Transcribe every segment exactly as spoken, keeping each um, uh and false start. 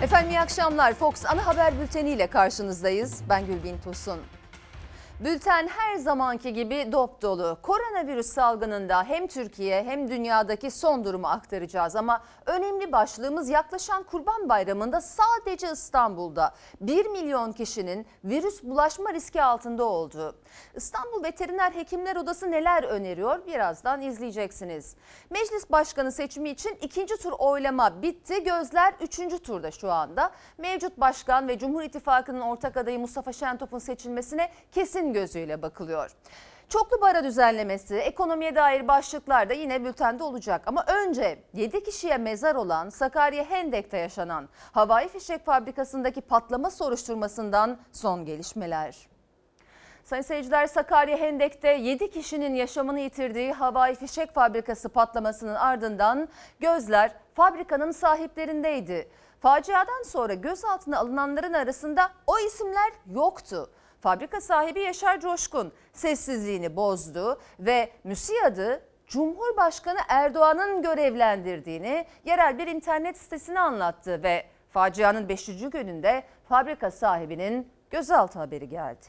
Efendim iyi akşamlar. Fox Ana Haber Bülteni ile karşınızdayız. Ben Gülbin Tosun. Bülten her zamanki gibi dop dolu. Koronavirüs salgınında hem Türkiye hem dünyadaki son durumu aktaracağız. Ama önemli başlığımız yaklaşan Kurban Bayramı'nda sadece İstanbul'da bir milyon kişinin virüs bulaşma riski altında olduğu. İstanbul Veteriner Hekimler Odası neler öneriyor? Birazdan izleyeceksiniz. Meclis Başkanı seçimi için ikinci tur oylama bitti. Gözler üçüncü turda şu anda. Mevcut başkan ve Cumhur İttifakı'nın ortak adayı Mustafa Şentop'un seçilmesine kesin gözüyle bakılıyor. Çoklu bara düzenlemesi, ekonomiye dair başlıklar da yine bültende olacak. Ama önce yedi kişiye mezar olan Sakarya Hendek'te yaşanan havai fişek fabrikasındaki patlama soruşturmasından son gelişmeler. Sayın seyirciler, Sakarya Hendek'te yedi kişinin yaşamını yitirdiği havai fişek fabrikası patlamasının ardından gözler fabrikanın sahiplerindeydi. Faciadan sonra gözaltına alınanların arasında o isimler yoktu. Fabrika sahibi Yaşar Coşkun sessizliğini bozdu ve MÜSİAD'ı Cumhurbaşkanı Erdoğan'ın görevlendirdiğini yerel bir internet sitesine anlattı ve facianın beşinci gününde fabrika sahibinin gözaltı haberi geldi.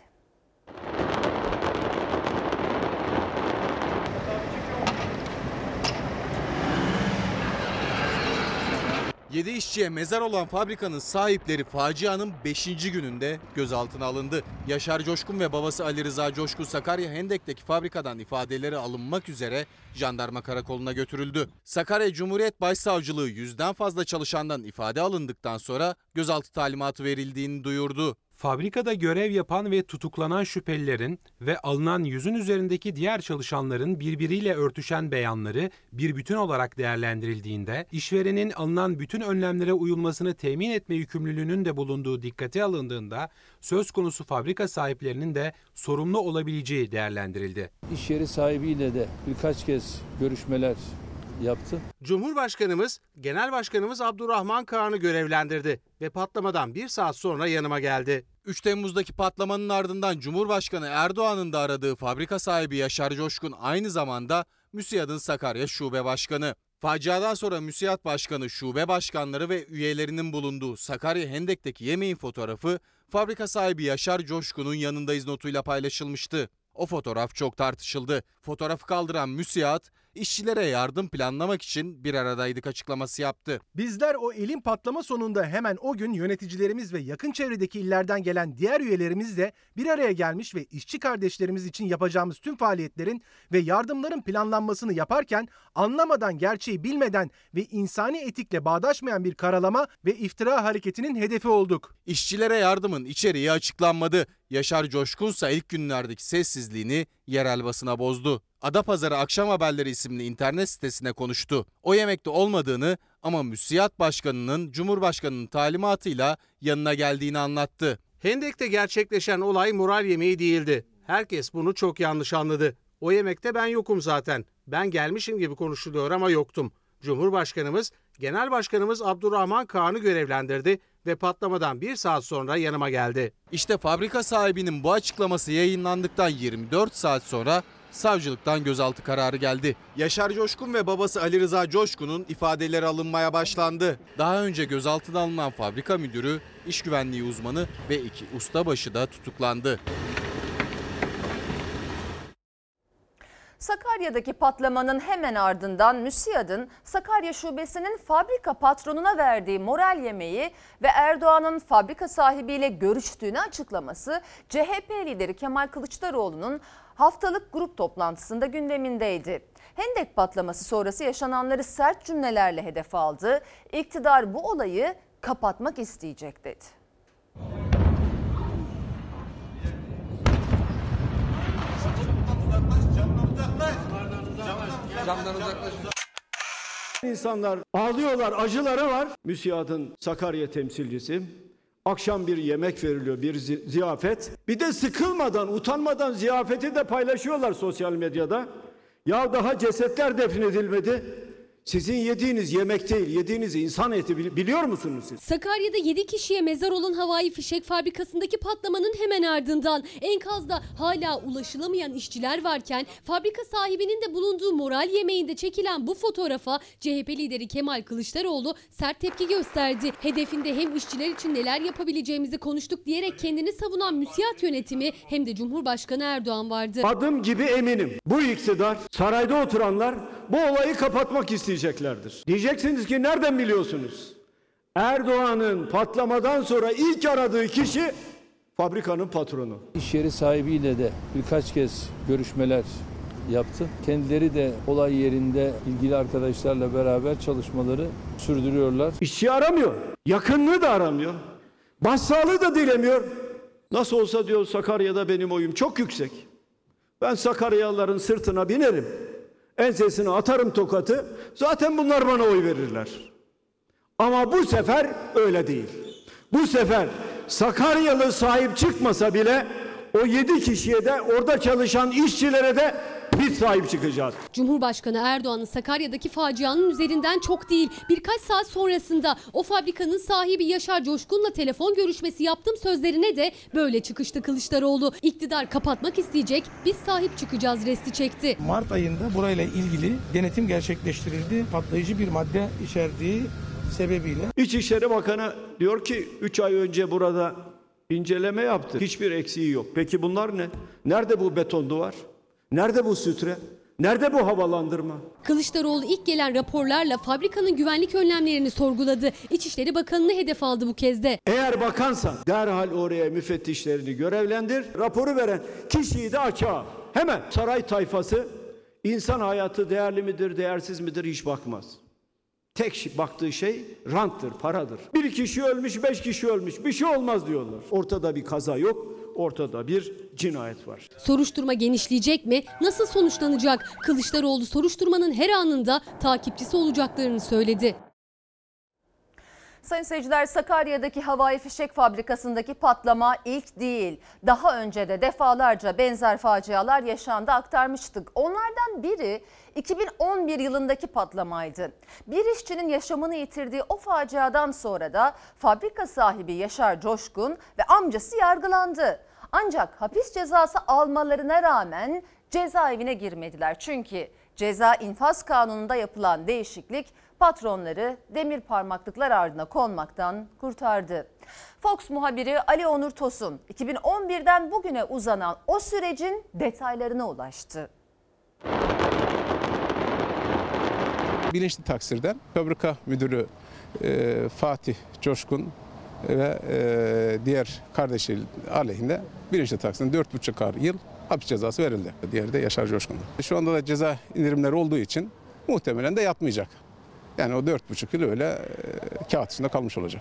yedi işçiye mezar olan fabrikanın sahipleri facianın beşinci gününde gözaltına alındı. Yaşar Coşkun ve babası Ali Rıza Coşkun Sakarya Hendek'teki fabrikadan ifadeleri alınmak üzere jandarma karakoluna götürüldü. Sakarya Cumhuriyet Başsavcılığı yüzden fazla çalışandan ifade alındıktan sonra gözaltı talimatı verildiğini duyurdu. Fabrikada görev yapan ve tutuklanan şüphelilerin ve alınan yüzün üzerindeki diğer çalışanların birbiriyle örtüşen beyanları bir bütün olarak değerlendirildiğinde, işverenin alınan bütün önlemlere uyulmasını temin etme yükümlülüğünün de bulunduğu dikkate alındığında, söz konusu fabrika sahiplerinin de sorumlu olabileceği değerlendirildi. İş yeri sahibiyle de birkaç kez görüşmeler yaptı. Cumhurbaşkanımız, Genel Başkanımız Abdurrahman Kağan'ı görevlendirdi ve patlamadan bir saat sonra yanıma geldi. üç Temmuz'daki patlamanın ardından Cumhurbaşkanı Erdoğan'ın da aradığı fabrika sahibi Yaşar Coşkun aynı zamanda MÜSİAD'ın Sakarya Şube Başkanı. Faciadan sonra MÜSİAD Başkanı, şube başkanları ve üyelerinin bulunduğu Sakarya Hendek'teki yemeğin fotoğrafı fabrika sahibi Yaşar Coşkun'un yanındayız notuyla paylaşılmıştı. O fotoğraf çok tartışıldı. Fotoğrafı kaldıran MÜSİAD, işçilere yardım planlamak için bir aradaydık açıklaması yaptı. Bizler o elin patlama sonunda hemen o gün yöneticilerimiz ve yakın çevredeki illerden gelen diğer üyelerimiz de bir araya gelmiş ve işçi kardeşlerimiz için yapacağımız tüm faaliyetlerin ve yardımların planlanmasını yaparken anlamadan, gerçeği bilmeden ve insani etikle bağdaşmayan bir karalama ve iftira hareketinin hedefi olduk. İşçilere yardımın içeriği açıklanmadı. Yaşar Coşkunsa ilk günlerdeki sessizliğini yerel basına bozdu. Adapazarı Akşam Haberleri isimli internet sitesine konuştu. O yemekte olmadığını ama MÜSİAD Başkanı'nın Cumhurbaşkanı'nın talimatıyla yanına geldiğini anlattı. Hendek'te gerçekleşen olay moral yemeği değildi. Herkes bunu çok yanlış anladı. O yemekte ben yokum zaten. Ben gelmişim gibi konuşuluyor ama yoktum. Cumhurbaşkanımız, Genel Başkanımız Abdurrahman Kağan'ı görevlendirdi ve patlamadan bir saat sonra yanıma geldi. İşte fabrika sahibinin bu açıklaması yayınlandıktan yirmi dört saat sonra savcılıktan gözaltı kararı geldi. Yaşar Coşkun ve babası Ali Rıza Coşkun'un ifadeleri alınmaya başlandı. Daha önce gözaltına alınan fabrika müdürü, iş güvenliği uzmanı ve iki ustabaşı da tutuklandı. Sakarya'daki patlamanın hemen ardından MÜSİAD'ın Sakarya Şubesi'nin fabrika patronuna verdiği moral yemeği ve Erdoğan'ın fabrika sahibiyle görüştüğünü açıklaması C H P lideri Kemal Kılıçdaroğlu'nun haftalık grup toplantısında gündemindeydi. Hendek patlaması sonrası yaşananları sert cümlelerle hedef aldı. İktidar bu olayı kapatmak isteyecek dedi. Camdan uzaklaşın. İnsanlar ağlıyorlar, acıları var. MÜSİAD'ın Sakarya temsilcisi, akşam bir yemek veriliyor, bir ziyafet. Bir de sıkılmadan, utanmadan ziyafeti de paylaşıyorlar sosyal medyada. Ya daha cesetler defnedilmedi. Sizin yediğiniz yemek değil, yediğiniz insan eti biliyor musunuz siz? Sakarya'da yedi kişiye mezar olan havai fişek fabrikasındaki patlamanın hemen ardından enkazda hala ulaşılamayan işçiler varken fabrika sahibinin de bulunduğu moral yemeğinde çekilen bu fotoğrafa C H P lideri Kemal Kılıçdaroğlu sert tepki gösterdi. Hedefinde hem işçiler için neler yapabileceğimizi konuştuk diyerek kendini savunan müsiyat yönetimi hem de Cumhurbaşkanı Erdoğan vardı. Adım gibi eminim bu iktidar, sarayda oturanlar bu olayı kapatmak isteyeceklerdir. Diyeceksiniz ki nereden biliyorsunuz? Erdoğan'ın patlamadan sonra ilk aradığı kişi fabrikanın patronu. İş yeri sahibiyle de birkaç kez görüşmeler yaptı. Kendileri de olay yerinde ilgili arkadaşlarla beraber çalışmaları sürdürüyorlar. İşçi aramıyor, yakınlığı da aramıyor, başsağlığı da dilemiyor. Nasıl olsa diyor Sakarya'da benim oyum çok yüksek. Ben Sakaryalıların sırtına binerim, ensesine atarım tokatı, zaten bunlar bana oy verirler. Ama bu sefer öyle değil. Bu sefer Sakaryalı sahip çıkmasa bile o yedi kişiye de orada çalışan işçilere de biz sahip çıkacağız. Cumhurbaşkanı Erdoğan'ın Sakarya'daki facianın üzerinden çok değil birkaç saat sonrasında o fabrikanın sahibi Yaşar Coşkun'la telefon görüşmesi yaptım sözlerine de böyle çıkıştı Kılıçdaroğlu. İktidar kapatmak isteyecek, biz sahip çıkacağız resti çekti. Mart ayında burayla ilgili denetim gerçekleştirildi. Patlayıcı bir madde içerdiği sebebiyle. İçişleri Bakanı diyor ki üç ay önce burada inceleme yaptı. Hiçbir eksiği yok. Peki bunlar ne? Nerede bu beton duvar? Nerede bu sütre? Nerede bu havalandırma? Kılıçdaroğlu ilk gelen raporlarla fabrikanın güvenlik önlemlerini sorguladı. İçişleri Bakanı'nı hedef aldı bu kez de. Eğer bakansan derhal oraya müfettişlerini görevlendir. Raporu veren kişiyi de açığa. Hemen saray tayfası insan hayatı değerli midir, değersiz midir hiç bakmaz. Tek baktığı şey ranttır, paradır. Bir kişi ölmüş, beş kişi ölmüş. Bir şey olmaz diyorlar. Ortada bir kaza yok, ortada bir cinayet var. Soruşturma genişleyecek mi? Nasıl sonuçlanacak? Kılıçdaroğlu soruşturmanın her anında takipçisi olacaklarını söyledi. Sayın seyirciler, Sakarya'daki havai fişek fabrikasındaki patlama ilk değil. Daha önce de defalarca benzer facialar yaşandı, aktarmıştık. Onlardan biri iki bin on bir yılındaki patlamaydı. Bir işçinin yaşamını yitirdiği o faciadan sonra da fabrika sahibi Yaşar Coşkun ve amcası yargılandı. Ancak hapis cezası almalarına rağmen cezaevine girmediler. Çünkü ceza infaz kanununda yapılan değişiklik patronları demir parmaklıklar ardına konmaktan kurtardı. Fox muhabiri Ali Onur Tosun iki bin on birden bugüne uzanan o sürecin detaylarına ulaştı. Bilinçli taksirden fabrika müdürü e, Fatih Coşkun ve e, diğer kardeşi aleyhinde bilinçli taksirden dört buçuk yıl hapis cezası verildi. Diğeri de Yaşar Coşkun. Şu anda da ceza indirimleri olduğu için muhtemelen de yatmayacak. Yani o dört buçuk yıl öyle e, kağıt üstünde kalmış olacak.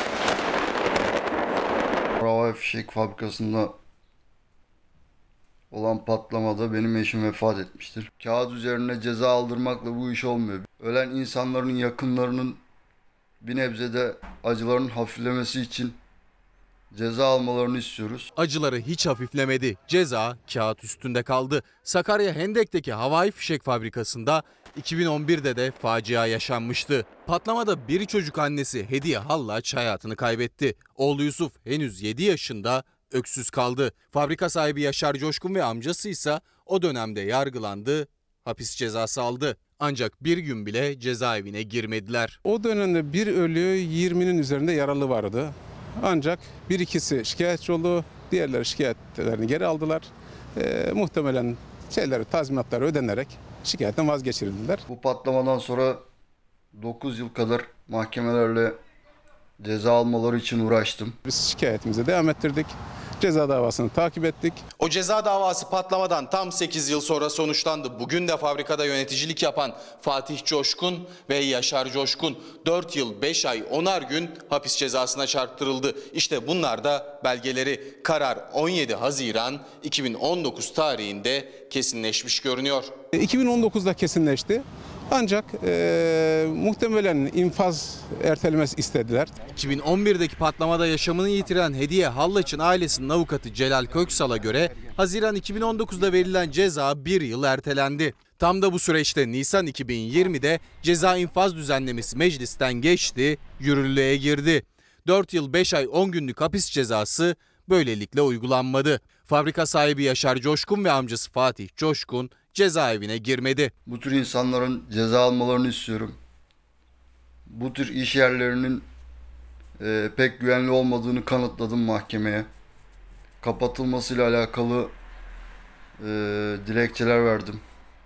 Havai fişek fabrikasında olan patlamada benim eşim vefat etmiştir. Kağıt üzerine ceza aldırmakla bu iş olmuyor. Ölen insanların yakınlarının bir nebze de acıların hafiflemesi için ceza almalarını istiyoruz. Acıları hiç hafiflemedi. Ceza kağıt üstünde kaldı. Sakarya Hendek'teki havai fişek fabrikasında iki bin on birde de facia yaşanmıştı. Patlamada bir çocuk annesi Hediye Hallaç hayatını kaybetti. Oğlu Yusuf henüz yedi yaşında öksüz kaldı. Fabrika sahibi Yaşar Coşkun ve amcası ise o dönemde yargılandı, hapis cezası aldı. Ancak bir gün bile cezaevine girmediler. O dönemde bir ölü yirminin üzerinde yaralı vardı. Ancak bir ikisi şikayetçi oldu, diğerleri şikayetlerini geri aldılar. E, muhtemelen şeyleri, tazminatları ödenerek şikayetten vazgeçirildiler. Bu patlamadan sonra dokuz yıl kadar mahkemelerle ceza almaları için uğraştım. Biz şikayetimize devam ettirdik. Ceza davasını takip ettik. O ceza davası patlamadan tam sekiz yıl sonra sonuçlandı. Bugün de fabrikada yöneticilik yapan Fatih Coşkun ve Yaşar Coşkun dört yıl beş ay onar gün hapis cezasına çarptırıldı. İşte bunlar da belgeleri. Karar on yedi Haziran iki bin on dokuz tarihinde kesinleşmiş görünüyor. iki bin on dokuzda kesinleşti. Ancak e, muhtemelen infaz ertelemesi istediler. iki bin on birdeki patlamada yaşamını yitiren Hediye Hallaç'ın ailesinin avukatı Celal Köksal'a göre Haziran iki bin on dokuzda verilen ceza bir yıl ertelendi. Tam da bu süreçte Nisan iki bin yirmide ceza infaz düzenlemesi meclisten geçti, yürürlüğe girdi. dört yıl beş ay on günlük hapis cezası böylelikle uygulanmadı. Fabrika sahibi Yaşar Coşkun ve amcası Fatih Coşkun cezaevine girmedi. Bu tür insanların ceza almalarını istiyorum. Bu tür iş yerlerinin e, pek güvenli olmadığını kanıtladım mahkemeye. Kapatılmasıyla alakalı e, dilekçeler verdim.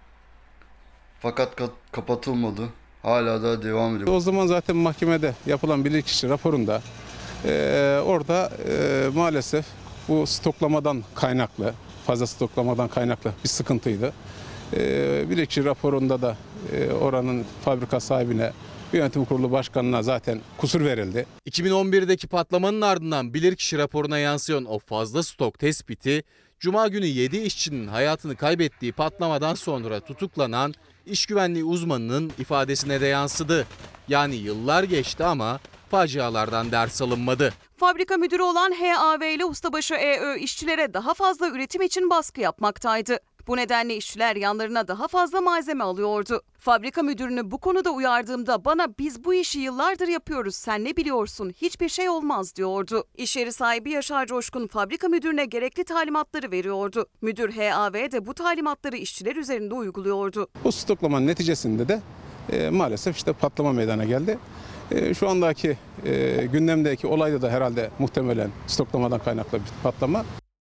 Fakat kapatılmadı. Hala da devam ediyor. O zaman zaten mahkemede yapılan bilirkişi raporunda e, orada e, maalesef bu stoklamadan kaynaklı, fazla stoklamadan kaynaklı bir sıkıntıydı. E, bilirkişi raporunda da e, oranın fabrika sahibine, yönetim kurulu başkanına zaten kusur verildi. iki bin on birdeki patlamanın ardından bilirkişi raporuna yansıyan o fazla stok tespiti, Cuma günü yedi işçinin hayatını kaybettiği patlamadan sonra tutuklanan iş güvenliği uzmanının ifadesine de yansıdı. Yani yıllar geçti ama facialardan ders alınmadı. Fabrika müdürü olan H A V ile ustabaşı E Ö işçilere daha fazla üretim için baskı yapmaktaydı. Bu nedenle işçiler yanlarına daha fazla malzeme alıyordu. Fabrika müdürünü bu konuda uyardığımda bana biz bu işi yıllardır yapıyoruz, sen ne biliyorsun, hiçbir şey olmaz diyordu. İş yeri sahibi Yaşar Coşkun fabrika müdürüne gerekli talimatları veriyordu. Müdür H A V de bu talimatları işçiler üzerinde uyguluyordu. Bu stoklamanın neticesinde de e, maalesef işte patlama meydana geldi. E, şu andaki e, gündemdeki olayda da herhalde muhtemelen stoklamadan kaynaklı bir patlama.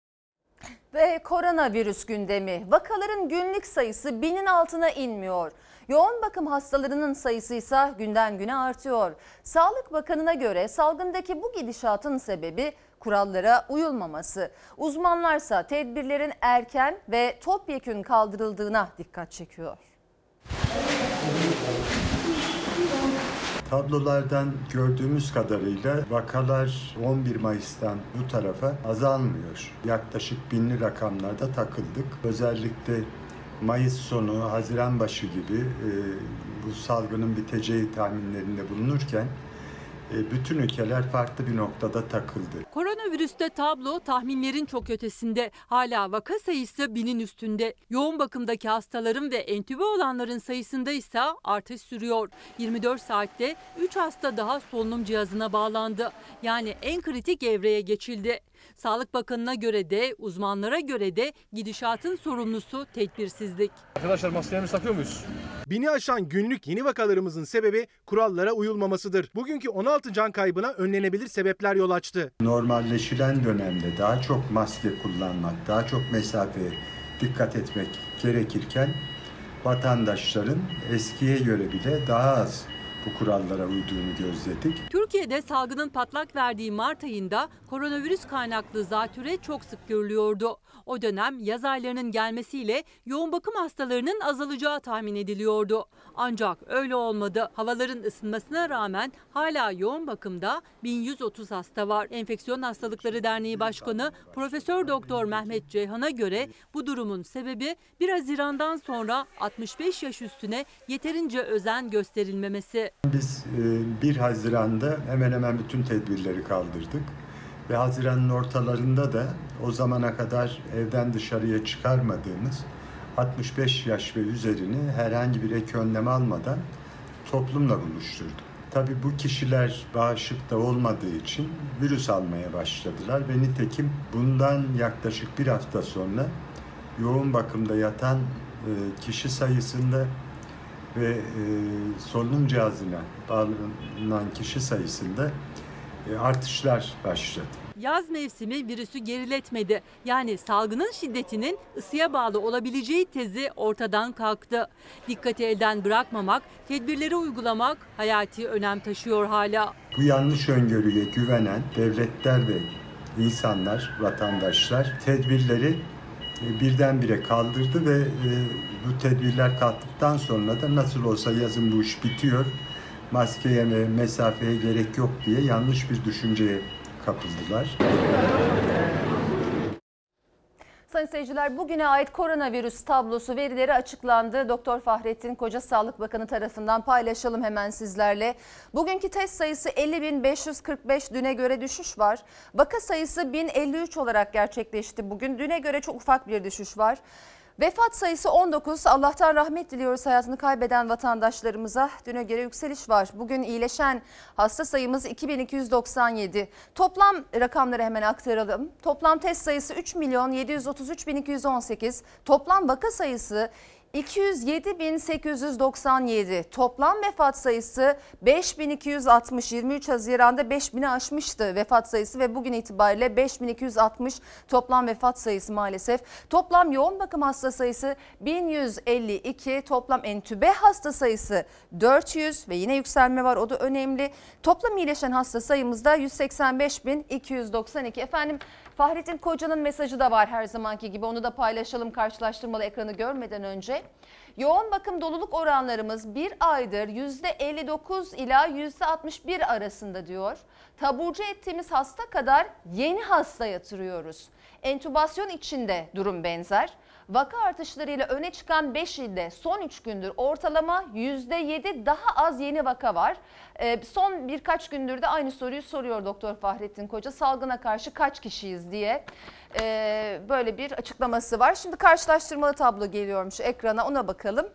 Ve koronavirüs gündemi. Vakaların günlük sayısı binin altına inmiyor. Yoğun bakım hastalarının sayısı ise günden güne artıyor. Sağlık Bakanı'na göre salgındaki bu gidişatın sebebi kurallara uyulmaması. Uzmanlarsa tedbirlerin erken ve topyekün kaldırıldığına dikkat çekiyor. Tablolardan gördüğümüz kadarıyla vakalar on bir Mayıs'tan bu tarafa azalmıyor. Yaklaşık binli rakamlarda takıldık. Özellikle Mayıs sonu, Haziran başı gibi e, bu salgının biteceği tahminlerinde bulunurken e, bütün ülkeler farklı bir noktada takıldı. Koronavirüste tablo tahminlerin çok ötesinde. Hala vaka sayısı binin üstünde. Yoğun bakımdaki hastaların ve entübe olanların sayısında ise artış sürüyor. yirmi dört saatte üç hasta daha solunum cihazına bağlandı. Yani en kritik evreye geçildi. Sağlık Bakanı'na göre de uzmanlara göre de gidişatın sorumlusu tedbirsizlik. Arkadaşlar maskelerimizi takıyor muyuz? Bini aşan günlük yeni vakalarımızın sebebi kurallara uyulmamasıdır. Bugünkü on altı can kaybına önlenebilir sebepler yol açtı. Normalleşilen dönemde daha çok maske kullanmak, daha çok mesafeye dikkat etmek gerekirken vatandaşların eskiye göre bile daha az bu kurallara uyduğunu gözledik. Türkiye'de salgının patlak verdiği Mart ayında koronavirüs kaynaklı zatürre çok sık görülüyordu. O dönem yaz aylarının gelmesiyle yoğun bakım hastalarının azalacağı tahmin ediliyordu. Ancak öyle olmadı. Havaların ısınmasına rağmen hala yoğun bakımda bin yüz otuz hasta var. Enfeksiyon Hastalıkları Derneği Başkanı Profesör Doktor Mehmet Ceyhan'a göre bu durumun sebebi bir Haziran'dan sonra altmış beş yaş üstüne yeterince özen gösterilmemesi. Biz bir Haziran'da hemen hemen bütün tedbirleri kaldırdık ve Haziran'ın ortalarında da o zamana kadar evden dışarıya çıkarmadığımız altmış beş yaş ve üzerini herhangi bir ek önlem almadan toplumla buluşturduk. Tabii bu kişiler bağışıkta olmadığı için virüs almaya başladılar ve nitekim bundan yaklaşık bir hafta sonra yoğun bakımda yatan kişi sayısında ve e, solunum cihazına bağlanan kişi sayısında e, artışlar başladı. Yaz mevsimi virüsü geriletmedi. Yani salgının şiddetinin ısıya bağlı olabileceği tezi ortadan kalktı. Dikkati elden bırakmamak, tedbirleri uygulamak hayati önem taşıyor hala. Bu yanlış öngörüye güvenen devletler ve insanlar, vatandaşlar tedbirleri birdenbire kaldırdı ve bu tedbirler kalktıktan sonra da nasıl olsa yazın bu iş bitiyor, maskeye ve mesafeye gerek yok diye yanlış bir düşünceye kapıldılar. Sayın seyirciler, bugüne ait koronavirüs tablosu verileri açıklandı. Doktor Fahrettin Koca Sağlık Bakanı tarafından paylaşalım hemen sizlerle. Bugünkü test sayısı elli bin beş yüz kırk beş, düne göre düşüş var. Vaka sayısı bin elli üç olarak gerçekleşti bugün. Düne göre çok ufak bir düşüş var. Vefat sayısı on dokuz. Allah'tan rahmet diliyoruz hayatını kaybeden vatandaşlarımıza. Düne göre yükseliş var. Bugün iyileşen hasta sayımız iki bin iki yüz doksan yedi. Toplam rakamları hemen aktaralım. Toplam test sayısı üç milyon yedi yüz otuz üç bin iki yüz on sekiz. Toplam vaka sayısı iki yüz yedi bin sekiz yüz doksan yedi. Toplam vefat sayısı beş bin iki yüz altmış. yirmi üç Haziran'da beş bini aşmıştı vefat sayısı ve bugün itibariyle beş bin iki yüz altmış toplam vefat sayısı maalesef. Toplam yoğun bakım hasta sayısı bin yüz elli iki. Toplam entübe hasta sayısı dört yüz ve yine yükselme var, o da önemli. Toplam iyileşen hasta sayımızda yüz seksen beş bin iki yüz doksan iki. Efendim, Fahrettin Koca'nın mesajı da var her zamanki gibi, onu da paylaşalım karşılaştırmalı ekranı görmeden önce. Yoğun bakım doluluk oranlarımız bir aydır yüzde elli dokuz ila yüzde altmış bir arasında diyor. Taburcu ettiğimiz hasta kadar yeni hasta yatırıyoruz. Entübasyon içinde durum benzer. Vaka artışlarıyla öne çıkan beş ilde son üç gündür ortalama yüzde yedi daha az yeni vaka var. Ee, son birkaç gündür de aynı soruyu soruyor Doktor Fahrettin Koca. Salgına karşı kaç kişiyiz diye ee, böyle bir açıklaması var. Şimdi karşılaştırmalı tablo geliyormuş ekrana, ona bakalım.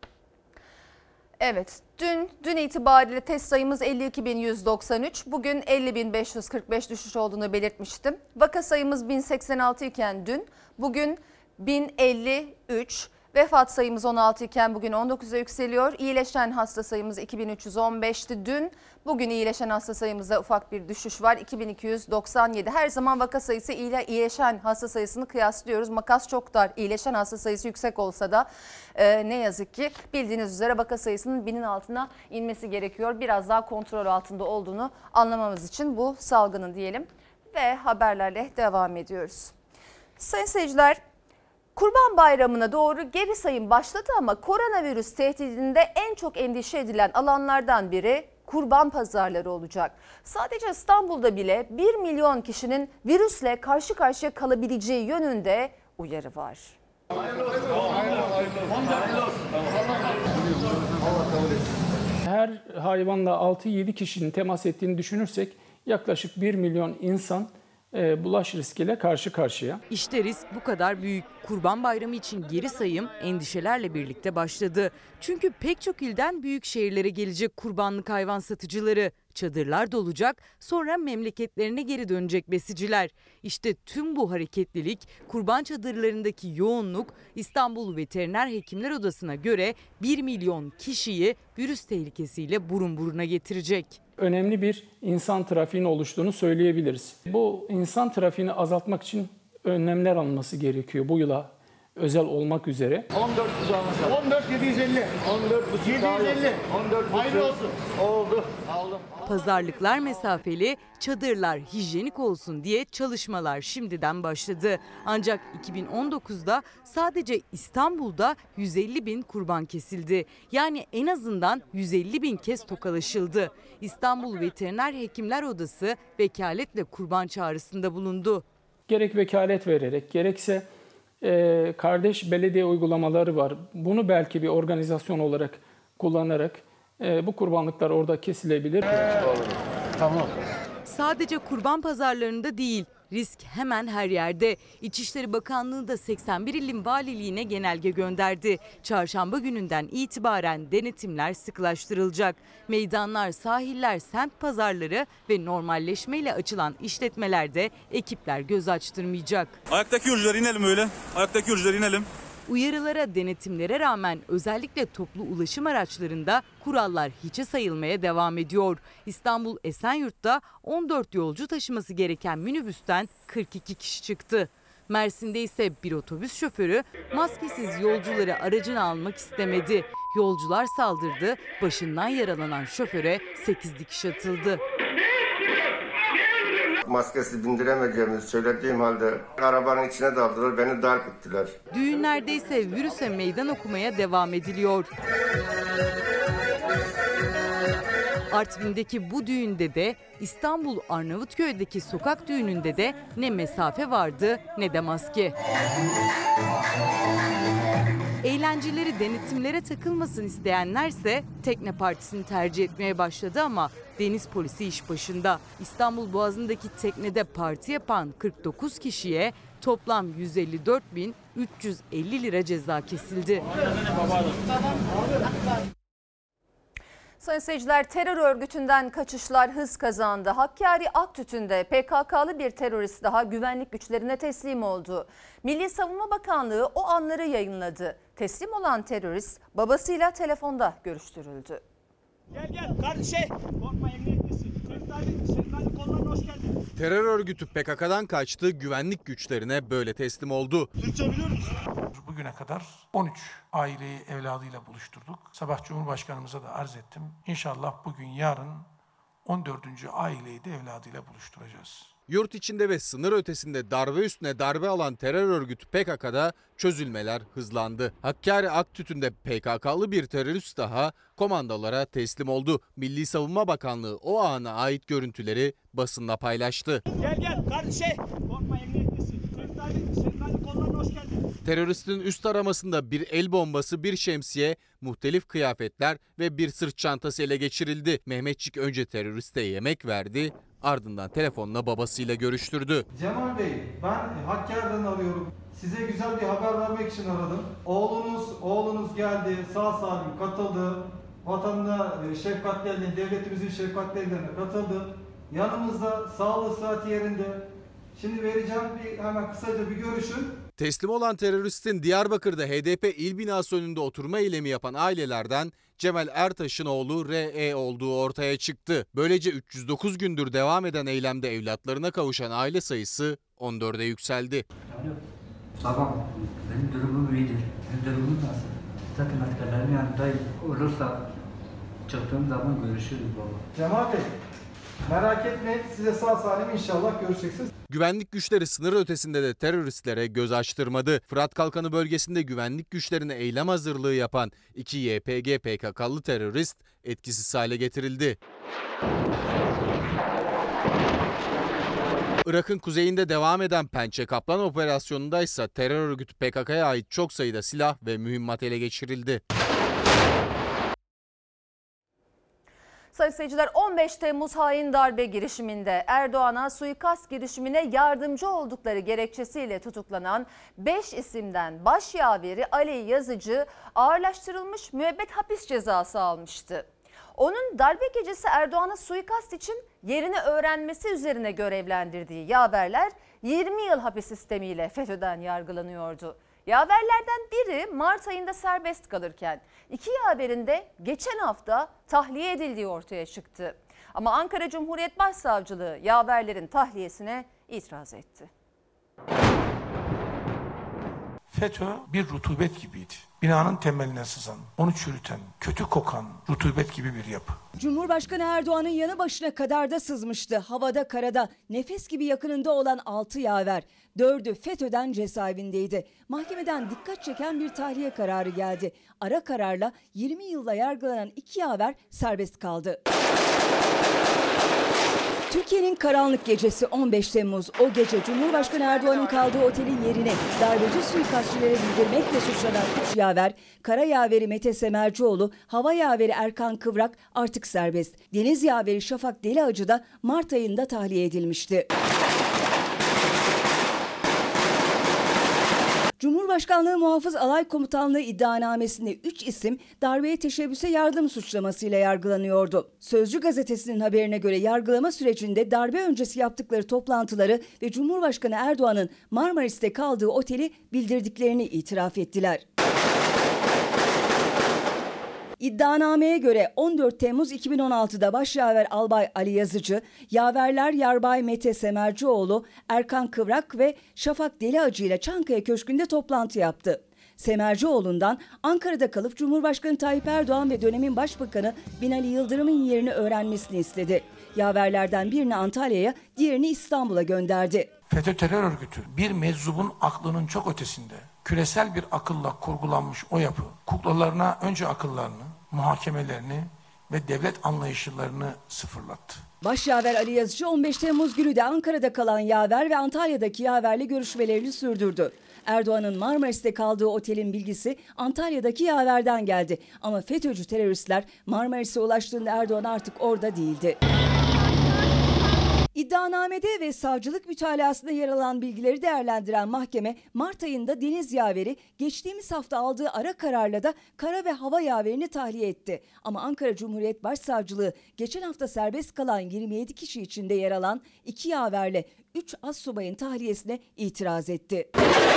Evet, dün dün itibariyle test sayımız elli iki bin yüz doksan üç, bugün elli bin beş yüz kırk beş düşüş olduğunu belirtmiştim. Vaka sayımız bin seksen altı iken dün, bugün bin elli üç. Vefat sayımız on altı iken bugün on dokuza yükseliyor. İyileşen hasta sayımız iki bin üç yüz on beşti dün. Bugün iyileşen hasta sayımızda ufak bir düşüş var. iki bin iki yüz doksan yedi. Her zaman vaka sayısı ile iyileşen hasta sayısını kıyaslıyoruz. Makas çok dar. İyileşen hasta sayısı yüksek olsa da e, ne yazık ki bildiğiniz üzere vaka sayısının binin altına inmesi gerekiyor. Biraz daha kontrol altında olduğunu anlamamız için bu salgının diyelim. Ve haberlerle devam ediyoruz. Sayın seyirciler, Kurban Bayramı'na doğru geri sayım başladı ama koronavirüs tehdidinde en çok endişe edilen alanlardan biri kurban pazarları olacak. Sadece İstanbul'da bile bir milyon kişinin virüsle karşı karşıya kalabileceği yönünde uyarı var. Her hayvanla altı yedi kişinin temas ettiğini düşünürsek yaklaşık bir milyon insan bulaş riskiyle karşı karşıya. İşte risk bu kadar büyük. Kurban Bayramı için geri sayım endişelerle birlikte başladı. Çünkü pek çok ilden büyük şehirlere gelecek kurbanlık hayvan satıcıları. Çadırlar dolacak, sonra memleketlerine geri dönecek besiciler. İşte tüm bu hareketlilik, kurban çadırlarındaki yoğunluk İstanbul Veteriner Hekimler Odası'na göre bir milyon kişiyi virüs tehlikesiyle burun buruna getirecek. Önemli bir insan trafiğinin oluştuğunu söyleyebiliriz. Bu insan trafiğini azaltmak için önlemler alınması gerekiyor bu yıla özel olmak üzere. on dört on dört yedi yüz elli. on dört yedi yüz elli. on dört hayırlı olsun. Oldu. Aldım. Pazarlıklar mesafeli, çadırlar hijyenik olsun diye çalışmalar şimdiden başladı. Ancak iki bin on dokuzda sadece İstanbul'da yüz elli bin kurban kesildi. Yani en azından yüz elli bin kez tokalaşıldı. İstanbul Veteriner Hekimler Odası vekaletle kurban çağrısında bulundu. Gerek vekalet vererek gerekse e, kardeş belediye uygulamaları var. Bunu belki bir organizasyon olarak kullanarak e, bu kurbanlıklar orada kesilebilir. Tamam. Sadece kurban pazarlarında değil, risk hemen her yerde. İçişleri Bakanlığı da seksen bir ilin valiliğine genelge gönderdi. Çarşamba gününden itibaren denetimler sıklaştırılacak. Meydanlar, sahiller, semt pazarları ve normalleşmeyle açılan işletmelerde ekipler göz açtırmayacak. Ayaktaki yolcular inelim öyle. Ayaktaki yolcular inelim. Uyarılara, denetimlere rağmen özellikle toplu ulaşım araçlarında kurallar hiçe sayılmaya devam ediyor. İstanbul Esenyurt'ta on dört yolcu taşıması gereken minibüsten kırk iki kişi çıktı. Mersin'de ise bir otobüs şoförü maskesiz yolcuları aracına almak istemedi. Yolcular saldırdı, başından yaralanan şoföre sekiz dikiş atıldı. Maskesi bindiremeyeceğimizi söylediğim halde arabanın içine daldılar, beni darp ettiler. Düğünlerde ise virüse meydan okumaya devam ediliyor. Artvin'deki bu düğünde de İstanbul Arnavutköy'deki sokak düğününde de ne mesafe vardı ne de maske. Eğlenceleri denetimlere takılmasın isteyenlerse tekne partisini tercih etmeye başladı ama deniz polisi iş başında. İstanbul Boğazı'ndaki teknede parti yapan kırk dokuz kişiye Toplam yüz elli dört bin üç yüz elli lira ceza kesildi. Sayın seyirciler, terör örgütünden kaçışlar hız kazandı. Hakkari Aktütü'nde P K K'lı bir terörist daha güvenlik güçlerine teslim oldu. Milli Savunma Bakanlığı o anları yayınladı. Teslim olan terörist babasıyla telefonda görüştürüldü. Gel gel kardeşim. Korkma, emniyettesin. Şeftali kollarına hoş geldin. Terör örgütü P K K'dan kaçtı, güvenlik güçlerine böyle teslim oldu. Türkçe biliyor musun? Bugüne kadar on üç aileyi evladıyla buluşturduk. Sabah Cumhurbaşkanımıza da arz ettim. İnşallah bugün yarın on dördüncü aileyi de evladıyla buluşturacağız. Yurt içinde ve sınır ötesinde darbe üstüne darbe alan terör örgütü P K K'da çözülmeler hızlandı. Hakkari Aktütü'nde P K K'lı bir terörist daha komandolara teslim oldu. Milli Savunma Bakanlığı o ana ait görüntüleri basında paylaştı. Gel gel kardeşim. Korkma, emniyettesin. Şeftali, şeftali kollarına hoş geldin. Teröristin üst aramasında bir el bombası, bir şemsiye, muhtelif kıyafetler ve bir sırt çantası ele geçirildi. Mehmetçik önce teröriste yemek verdi, ardından telefonla babasıyla görüştürdü. Cemal Bey, ben Hakkari'den arıyorum. Size güzel bir haber vermek için aradım. Oğlunuz, oğlunuz geldi, sağ salim katıldı. Vatanına şefkatli eline, devletimizin şefkatli ellerine katıldı. Yanımızda, sağlığı saati yerinde. Şimdi vereceğim, bir hemen kısaca bir görüşün. Teslim olan teröristin Diyarbakır'da H D P il binası önünde oturma eylemi yapan ailelerden Cemal Ertaş'ın oğlu R E olduğu ortaya çıktı. Böylece üç yüz dokuz gündür devam eden eylemde evlatlarına kavuşan aile sayısı on dörde yükseldi. Babam, benim durumum iyidir. Benim durumum nasıl? Zaten askerlerin yanındayım. Olursa çıktığım zaman görüşürüz baba. Cemal Bey, merak etmeyin, size sağ salim inşallah görüşeceksiniz. Güvenlik güçleri sınır ötesinde de teröristlere göz açtırmadı. Fırat Kalkanı bölgesinde güvenlik güçlerine eylem hazırlığı yapan iki Y P G P K K'lı terörist etkisiz hale getirildi. Irak'ın kuzeyinde devam eden Pençe Kaplan operasyonunda ise terör örgütü P K K'ya ait çok sayıda silah ve mühimmat ele geçirildi. Sayın seyirciler, on beş Temmuz hain darbe girişiminde Erdoğan'a suikast girişimine yardımcı oldukları gerekçesiyle tutuklanan beş isimden başyaveri Ali Yazıcı ağırlaştırılmış müebbet hapis cezası almıştı. Onun darbe gecesi Erdoğan'a suikast için yerini öğrenmesi üzerine görevlendirdiği yaverler yirmi yıl hapis sistemiyle FETÖ'den yargılanıyordu. Yaverlerden biri Mart ayında serbest kalırken iki yaverin de geçen hafta tahliye edildiği ortaya çıktı. Ama Ankara Cumhuriyet Başsavcılığı yaverlerin tahliyesine itiraz etti. FETÖ bir rutubet gibiydi. Binanın temeline sızan, onu çürüten, kötü kokan rutubet gibi bir yapı. Cumhurbaşkanı Erdoğan'ın yanı başına kadar da sızmıştı. Havada karada nefes gibi yakınında olan altı yaver. Dördü FETÖ'den cezaevindeydi. Mahkemeden dikkat çeken bir tahliye kararı geldi. Ara kararla yirmi yılla yargılanan iki yaver serbest kaldı. Türkiye'nin karanlık gecesi on beş Temmuz. O gece Cumhurbaşkanı Erdoğan'ın kaldığı otelin yerine darbeci suikastçilere bildirmekle suçlanan üç yaver, kara yaveri Mete Semercioğlu, hava yaveri Erkan Kıvrak artık serbest. Deniz yaveri Şafak Deliacı da Mart ayında tahliye edilmişti. Cumhurbaşkanlığı Muhafız Alay Komutanlığı iddianamesinde üç isim darbeye teşebbüse yardım suçlamasıyla yargılanıyordu. Sözcü gazetesinin haberine göre yargılama sürecinde darbe öncesi yaptıkları toplantıları ve Cumhurbaşkanı Erdoğan'ın Marmaris'te kaldığı oteli bildirdiklerini itiraf ettiler. İddianameye göre on dört Temmuz iki bin on altıda başyaver Albay Ali Yazıcı, yaverler Yarbay Mete Semercioğlu, Erkan Kıvrak ve Şafak Deliacı ile Çankaya Köşkü'nde toplantı yaptı. Semercioğlu'ndan Ankara'da kalıp Cumhurbaşkanı Tayyip Erdoğan ve dönemin Başbakanı Binali Yıldırım'ın yerini öğrenmesini istedi. Yaverlerden birini Antalya'ya, diğerini İstanbul'a gönderdi. FETÖ terör örgütü bir meczubun aklının çok ötesinde, küresel bir akılla kurgulanmış o yapı, kuklalarına önce akıllarını, muhakemelerini ve devlet anlayışlarını sıfırlattı. Başyaver Ali Yazıcı on beş Temmuz günü de Ankara'da kalan yaver ve Antalya'daki yaverle görüşmelerini sürdürdü. Erdoğan'ın Marmaris'te kaldığı otelin bilgisi Antalya'daki yaverden geldi. Ama FETÖ'cü teröristler Marmaris'e ulaştığında Erdoğan artık orada değildi. İddianamede ve savcılık mütalasında yer alan bilgileri değerlendiren mahkeme, Mart ayında deniz yaveri geçtiğimiz hafta aldığı ara kararla da kara ve hava yaverini tahliye etti. Ama Ankara Cumhuriyet Başsavcılığı geçen hafta serbest kalan yirmi yedi kişi içinde yer alan iki yaverle üç astsubayın tahliyesine itiraz etti.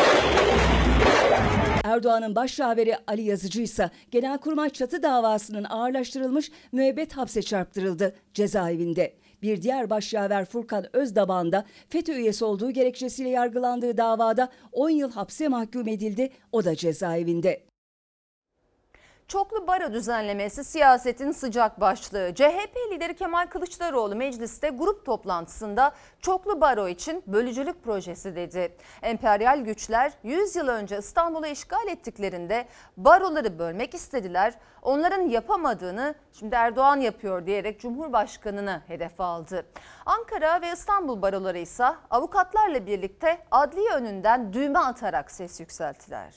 Erdoğan'ın başyaveri Ali Yazıcı ise Genelkurmay çatı davasının ağırlaştırılmış müebbet hapse çarptırıldı cezaevinde. Bir diğer başyaver Furkan Özdaban da FETÖ üyesi olduğu gerekçesiyle yargılandığı davada on yıl hapse mahkum edildi, o da cezaevinde. Çoklu baro düzenlemesi siyasetin sıcak başlığı. C H P lideri Kemal Kılıçdaroğlu mecliste grup toplantısında çoklu baro için bölücülük projesi dedi. Emperyal güçler yüz yıl önce İstanbul'u işgal ettiklerinde baroları bölmek istediler. Onların yapamadığını şimdi Erdoğan yapıyor diyerek Cumhurbaşkanı'nı hedef aldı. Ankara ve İstanbul baroları ise avukatlarla birlikte adliye önünden düğme atarak ses yükselttiler.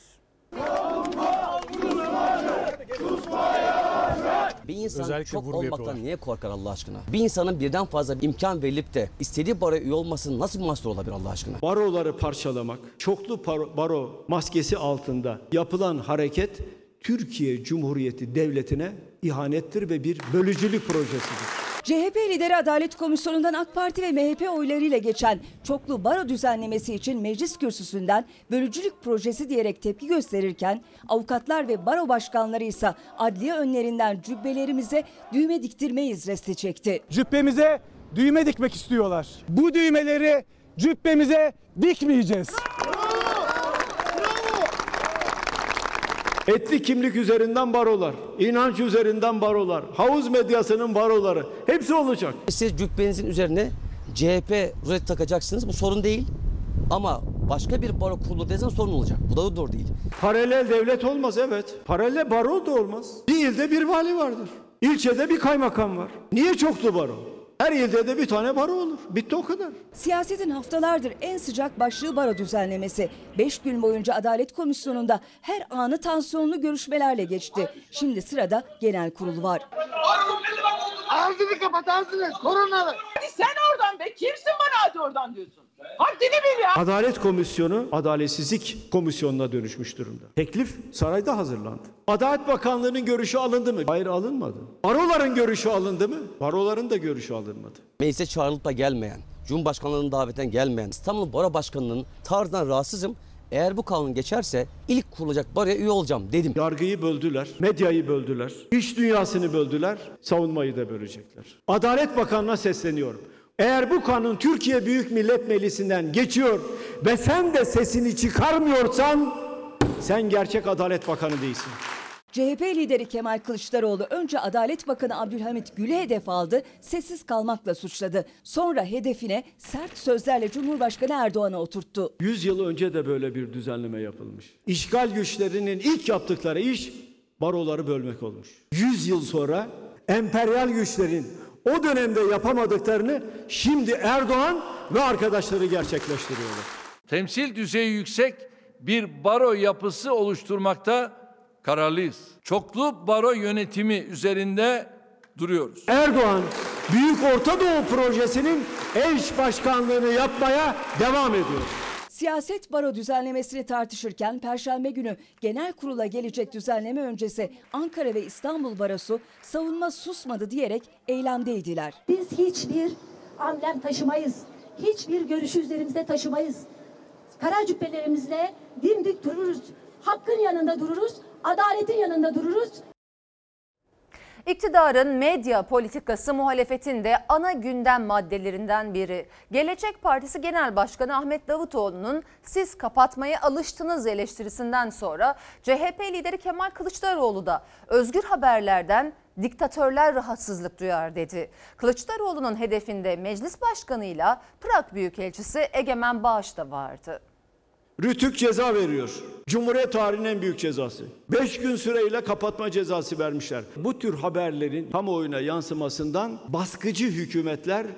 Bir insan özellikle çok olmaktan niye korkar Allah aşkına? Bir insanın birden fazla imkan verilip de istediği baroya üye olması nasıl bir mahsur olabilir Allah aşkına? Baroları parçalamak, çoklu baro maskesi altında yapılan hareket Türkiye Cumhuriyeti Devleti'ne ihanettir ve bir bölücülük projesidir. C H P lideri Adalet Komisyonu'ndan AK Parti ve M H P oylarıyla geçen çoklu baro düzenlemesi için meclis kürsüsünden bölücülük projesi diyerek tepki gösterirken avukatlar ve baro başkanları ise adliye önlerinden cübbelerimize düğme diktirmeyiz resti çekti. Cübbemize düğme dikmek istiyorlar. Bu düğmeleri cübbemize dikmeyeceğiz. Etli kimlik üzerinden barolar, inanç üzerinden barolar, havuz medyasının baroları hepsi olacak. Siz cübbenizin üzerine C H P rulet takacaksınız, bu sorun değil. Ama başka bir baro kurulu desen sorun olacak. Bu da doğru değil. Paralel devlet olmaz, evet. Paralel baro da olmaz. Bir ilde bir vali vardır. İlçede bir kaymakam var. Niye çoklu baro? Her ilde de bir tane baro olur. Bitti o kadar. Siyasetin haftalardır en sıcak başlığı baro düzenlemesi. Beş gün boyunca Adalet Komisyonu'nda her anı tansiyonlu görüşmelerle geçti. Şimdi sırada genel kurulu var. Ağzını kapat ağzını. Koronalı. Hadi sen oradan be. Kimsin bana hadi oradan diyorsun. Haddini bil ya. Adalet Komisyonu adaletsizlik komisyonuna dönüşmüş durumda. Teklif sarayda hazırlandı. Adalet Bakanlığı'nın görüşü alındı mı? Hayır, alınmadı. Baroların görüşü alındı mı? Baroların da görüşü alınmadı. Meclise çağrılıp da gelmeyen, Cumhurbaşkanlığı'nın davetinden gelmeyen İstanbul Baro Başkanı'nın tarzından rahatsızım. Eğer bu kanun geçerse ilk kurulacak baroya üye olacağım dedim. Yargıyı böldüler, medyayı böldüler, iş dünyasını böldüler, savunmayı da bölecekler. Adalet Bakanı'na sesleniyorum. Eğer bu kanun Türkiye Büyük Millet Meclisi'nden geçiyor ve sen de sesini çıkarmıyorsan sen gerçek Adalet Bakanı değilsin. C H P lideri Kemal Kılıçdaroğlu önce Adalet Bakanı Abdülhamit Gül'ü hedef aldı, sessiz kalmakla suçladı. Sonra hedefine sert sözlerle Cumhurbaşkanı Erdoğan'a oturttu. yüz yıl önce de böyle bir düzenleme yapılmış. İşgal güçlerinin ilk yaptıkları iş baroları bölmek olmuş. yüz yıl sonra emperyal güçlerin o dönemde yapamadıklarını şimdi Erdoğan ve arkadaşları gerçekleştiriyorlar. Temsil düzeyi yüksek bir baro yapısı oluşturmakta kararlıyız. Çoklu baro yönetimi üzerinde duruyoruz. Erdoğan Büyük Orta Doğu Projesi'nin eş başkanlığını yapmaya devam ediyor. Siyaset baro düzenlemesini tartışırken Perşembe günü genel kurula gelecek düzenleme öncesi Ankara ve İstanbul Barosu savunma susmadı diyerek eylemdeydiler. Biz hiçbir amblem taşımayız, hiçbir görüşü üzerimizde taşımayız. Kara cübbelerimizle dimdik dururuz, hakkın yanında dururuz, adaletin yanında dururuz. İktidarın medya politikası muhalefetin de ana gündem maddelerinden biri. Gelecek Partisi Genel Başkanı Ahmet Davutoğlu'nun "siz kapatmaya alıştınız" eleştirisinden sonra C H P lideri Kemal Kılıçdaroğlu da özgür haberlerden diktatörler rahatsızlık duyar dedi. Kılıçdaroğlu'nun hedefinde Meclis Başkanı'yla Prag Büyükelçisi Egemen Bağış da vardı. Rütük ceza veriyor. Cumhuriyet tarihinin en büyük cezası. Beş gün süreyle kapatma cezası vermişler. Bu tür haberlerin kamuoyuna yansımasından baskıcı hükümetler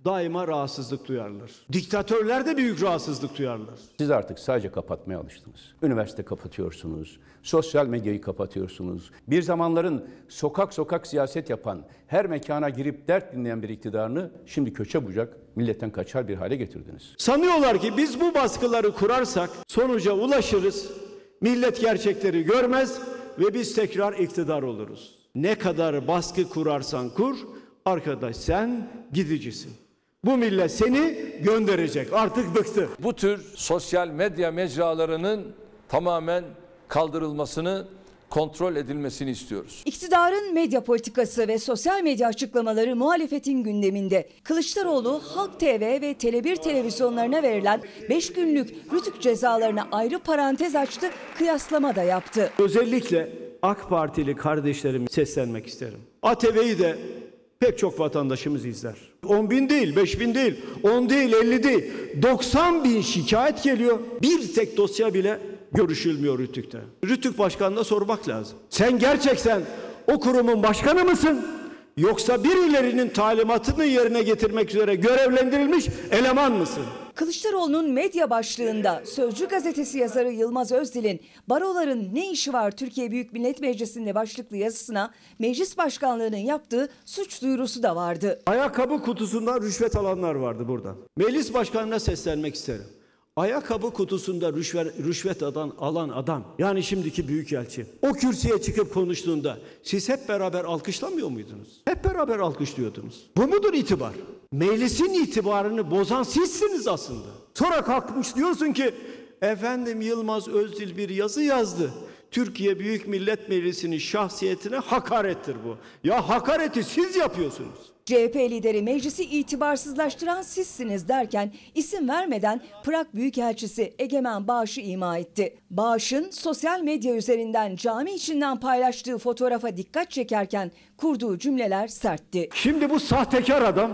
daima rahatsızlık duyarlar. Diktatörler de büyük rahatsızlık duyarlar. Siz artık sadece kapatmaya alıştınız. Üniversite kapatıyorsunuz, sosyal medyayı kapatıyorsunuz. Bir zamanların sokak sokak siyaset yapan, her mekana girip dert dinleyen bir iktidarını şimdi köçe bucak, milletten kaçar bir hale getirdiniz. Sanıyorlar ki biz bu baskıları kurarsak sonuca ulaşırız, millet gerçekleri görmez ve biz tekrar iktidar oluruz. Ne kadar baskı kurarsan kur, arkadaş sen gidicisin. Bu millet seni gönderecek. Artık bıktı. Bu tür sosyal medya mecralarının tamamen kaldırılmasını, kontrol edilmesini istiyoruz. İktidarın medya politikası ve sosyal medya açıklamaları muhalefetin gündeminde. Kılıçdaroğlu Halk T V ve Tele bir televizyonlarına verilen beş günlük rütük cezalarına ayrı parantez açtı, kıyaslama da yaptı. Özellikle AK Partili kardeşlerime seslenmek isterim. A T V'yi de pek çok vatandaşımız izler. on bin değil, beş bin değil, on değil, elli değil, doksan bin şikayet geliyor. Bir tek dosya bile görüşülmüyor Rütük'te. Rütük Başkanı'na sormak lazım. Sen gerçekten o kurumun başkanı mısın? Yoksa birilerinin talimatını yerine getirmek üzere görevlendirilmiş eleman mısın? Kılıçdaroğlu'nun medya başlığında Sözcü gazetesi yazarı Yılmaz Özdil'in "Baroların ne işi var Türkiye Büyük Millet Meclisi'nde" başlıklı yazısına meclis başkanlığının yaptığı suç duyurusu da vardı. Ayakkabı kutusundan rüşvet alanlar vardı burada. Meclis başkanına seslenmek isterim. Ayakkabı kutusunda rüşvet, rüşvet alan, alan adam, yani şimdiki büyükelçi, o kürsüye çıkıp konuştuğunda siz hep beraber alkışlamıyor muydunuz? Hep beraber alkışlıyordunuz. Bu mudur itibar? Meclisin itibarını bozan sizsiniz aslında. Sonra kalkmış diyorsun ki efendim Yılmaz Özdil bir yazı yazdı. Türkiye Büyük Millet Meclisi'nin şahsiyetine hakarettir bu. Ya hakareti siz yapıyorsunuz. C H P lideri meclisi itibarsızlaştıran sizsiniz derken isim vermeden Prag Büyükelçisi Egemen Bağış'ı ima etti. Bağış'ın sosyal medya üzerinden cami içinden paylaştığı fotoğrafa dikkat çekerken kurduğu cümleler sertti. Şimdi bu sahtekar adam,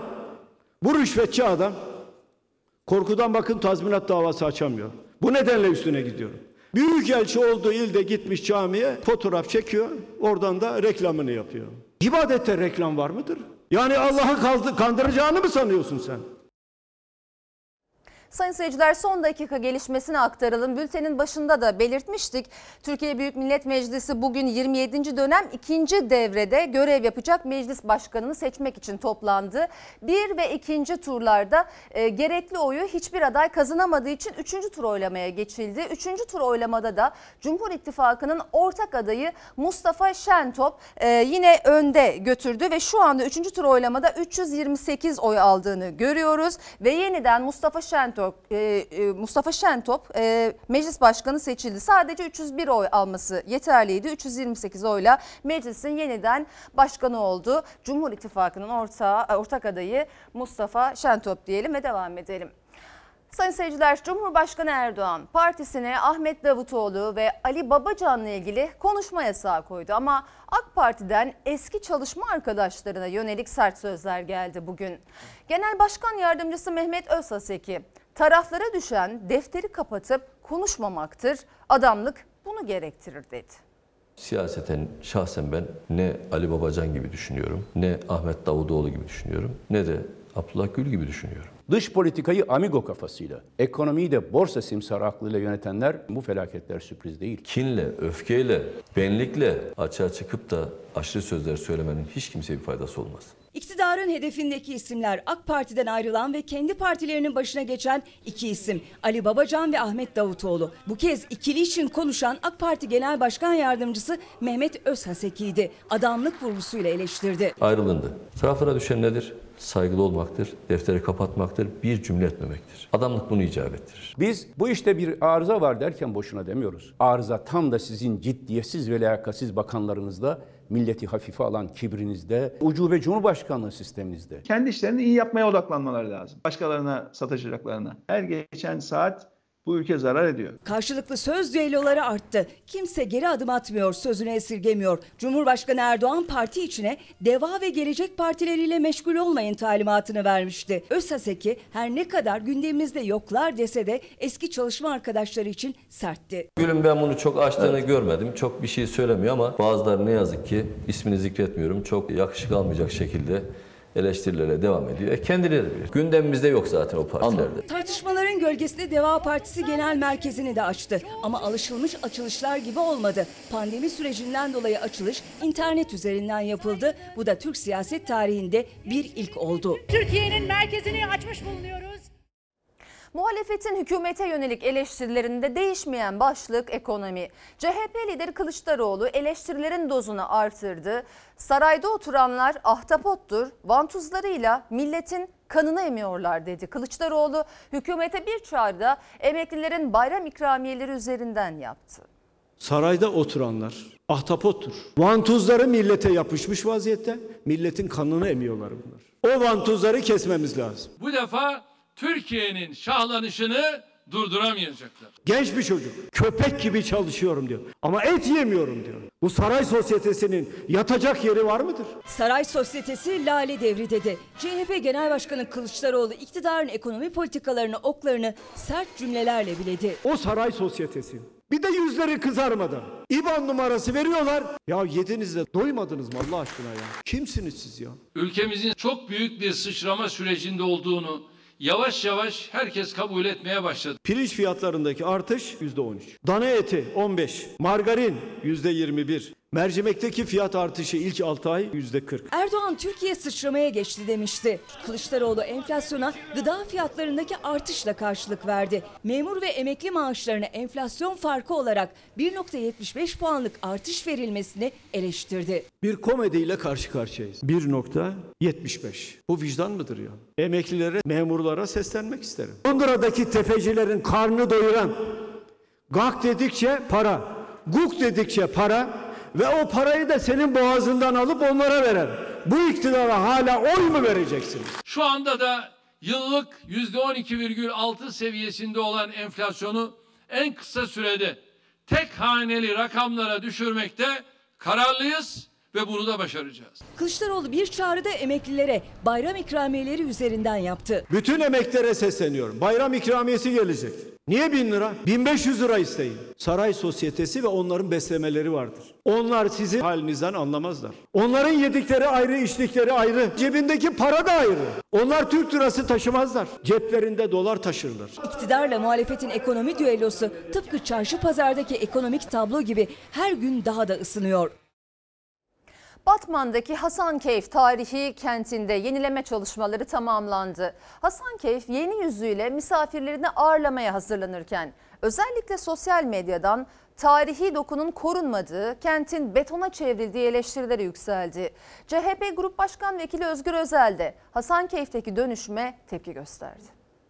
bu rüşvetçi adam korkudan bakın tazminat davası açamıyor. Bu nedenle üstüne gidiyorum. Büyükelçi olduğu ilde gitmiş camiye fotoğraf çekiyor, oradan da reklamını yapıyor. İbadette reklam var mıdır? Yani Allah'ı kandıracağını mı sanıyorsun sen? Sayın seyirciler, son dakika gelişmesini aktaralım. Bültenin başında da belirtmiştik. Türkiye Büyük Millet Meclisi bugün yirmi yedinci dönem ikinci devrede görev yapacak meclis başkanını seçmek için toplandı. Bir ve ikinci turlarda e, gerekli oyu hiçbir aday kazanamadığı için üçüncü tur oylamaya geçildi. Üçüncü tur oylamada da Cumhur İttifakı'nın ortak adayı Mustafa Şentop e, yine önde götürdü ve şu anda üçüncü tur oylamada üç yüz yirmi sekiz oy aldığını görüyoruz ve yeniden Mustafa Şentop Mustafa Şentop meclis başkanı seçildi. Sadece üç yüz bir oy alması yeterliydi. üç yüz yirmi sekiz oyla meclisin yeniden başkanı oldu. Cumhur İttifakı'nın ortağı, ortak adayı Mustafa Şentop diyelim ve devam edelim. Sayın seyirciler, Cumhurbaşkanı Erdoğan partisine Ahmet Davutoğlu ve Ali Babacan'la ilgili konuşma yasağı koydu. Ama AK Parti'den eski çalışma arkadaşlarına yönelik sert sözler geldi bugün. Genel Başkan Yardımcısı Mehmet Özhaseki, taraflara düşen defteri kapatıp konuşmamaktır, adamlık bunu gerektirir dedi. Siyaseten şahsen ben ne Ali Babacan gibi düşünüyorum, ne Ahmet Davutoğlu gibi düşünüyorum, ne de Abdullah Gül gibi düşünüyorum. Dış politikayı amigo kafasıyla, ekonomiyi de borsa simsarı aklıyla yönetenler bu felaketler sürpriz değil. Kinle, öfkeyle, benlikle açığa çıkıp da aşırı sözler söylemenin hiç kimseye bir faydası olmaz. İktidarın hedefindeki isimler AK Parti'den ayrılan ve kendi partilerinin başına geçen iki isim Ali Babacan ve Ahmet Davutoğlu. Bu kez ikili için konuşan AK Parti Genel Başkan Yardımcısı Mehmet Özhaseki'ydi. Adamlık vurgusuyla eleştirdi. Ayrılındı. Taraflara düşen nedir? Saygılı olmaktır, defteri kapatmaktır, bir cümle etmemektir. Adamlık bunu icap ettirir. Biz bu işte bir arıza var derken boşuna demiyoruz. Arıza tam da sizin ciddiyetsiz ve liyakatsiz bakanlarınızda, milleti hafife alan kibrinizde, ucube Cumhurbaşkanlığı sisteminizde. Kendi işlerini iyi yapmaya odaklanmaları lazım. Başkalarına sataşacaklarına. Her geçen saat bu ülke zarar ediyor. Karşılıklı söz düelloları arttı. Kimse geri adım atmıyor, sözünü esirgemiyor. Cumhurbaşkanı Erdoğan parti içine Deva ve Gelecek partileriyle meşgul olmayın talimatını vermişti. Özhaseki her ne kadar gündemimizde yoklar dese de eski çalışma arkadaşları için sertti. Gül'ün ben bunu çok açtığını evet. görmedim. Çok bir şey söylemiyor ama bazıları ne yazık ki ismini zikretmiyorum. Çok yakışık almayacak şekilde eleştirilere devam ediyor. E kendileri de bilir. Gündemimizde yok zaten o partilerde. Tartışmaların gölgesinde Deva Partisi Genel Merkezi'ni de açtı. Ama alışılmış açılışlar gibi olmadı. Pandemi sürecinden dolayı açılış internet üzerinden yapıldı. Bu da Türk siyaset tarihinde bir ilk oldu. Türkiye'nin merkezini açmış bulunuyoruz. Muhalefetin hükümete yönelik eleştirilerinde değişmeyen başlık ekonomi. C H P lideri Kılıçdaroğlu eleştirilerin dozunu artırdı. Sarayda oturanlar ahtapottur, vantuzlarıyla milletin kanını emiyorlar dedi. Kılıçdaroğlu hükümete bir çağrıda emeklilerin bayram ikramiyeleri üzerinden yaptı. Sarayda oturanlar ahtapottur. Vantuzları millete yapışmış vaziyette. Milletin kanını emiyorlar bunlar. O vantuzları kesmemiz lazım. Bu defa Türkiye'nin şahlanışını durduramayacaklar. Genç bir çocuk köpek gibi çalışıyorum diyor ama et yemiyorum diyor. Bu saray sosyetesinin yatacak yeri var mıdır? Saray sosyetesi lale devri dedi. C H P Genel Başkanı Kılıçdaroğlu iktidarın ekonomi politikalarını, oklarını sert cümlelerle biledi. O saray sosyetesi bir de yüzleri kızarmadan İ B A N numarası veriyorlar. Ya yediniz de doymadınız mı Allah aşkına ya? Kimsiniz siz ya? Ülkemizin çok büyük bir sıçrama sürecinde olduğunu yavaş yavaş herkes kabul etmeye başladı. Pirinç fiyatlarındaki artış yüzde on üç. Dana eti on beş. Margarin yüzde yirmi bir. Mercimekteki fiyat artışı ilk altı ay yüzde kırk. Erdoğan Türkiye sıçramaya geçti demişti. Kılıçdaroğlu enflasyona gıda fiyatlarındaki artışla karşılık verdi. Memur ve emekli maaşlarına enflasyon farkı olarak bir nokta yetmiş beş puanlık artış verilmesini eleştirdi. Bir komediyle karşı karşıyayız. bir nokta yetmiş beş. Bu vicdan mıdır ya? Emeklilere, memurlara seslenmek isterim. Londra'daki tefecilerin karnını doyuran, gak dedikçe para, guk dedikçe para ve o parayı da senin boğazından alıp onlara veren bu iktidara hala oy mu vereceksiniz? Şu anda da yıllık yüzde on iki virgül altı seviyesinde olan enflasyonu en kısa sürede tek haneli rakamlara düşürmekte kararlıyız ve bunu da başaracağız. Kılıçdaroğlu bir çağrıda emeklilere bayram ikramiyeleri üzerinden yaptı. Bütün emeklilere sesleniyorum. Bayram ikramiyesi gelecek. Niye bin lira? bin beş yüz lira isteyin. Saray sosyetesi ve onların beslemeleri vardır. Onlar sizin halinizden anlamazlar. Onların yedikleri ayrı, içtikleri ayrı. Cebindeki para da ayrı. Onlar Türk lirası taşımazlar. Ceplerinde dolar taşırlar. İktidarla muhalefetin ekonomi düellosu tıpkı çarşı pazardaki ekonomik tablo gibi her gün daha da ısınıyor. Batman'daki Hasankeyf tarihi kentinde yenileme çalışmaları tamamlandı. Hasankeyf yeni yüzüyle misafirlerini ağırlamaya hazırlanırken özellikle sosyal medyadan tarihi dokunun korunmadığı, kentin betona çevrildiği eleştirileri yükseldi. C H P Grup Başkan Vekili Özgür Özel de Hasankeyf'teki dönüşüme tepki gösterdi.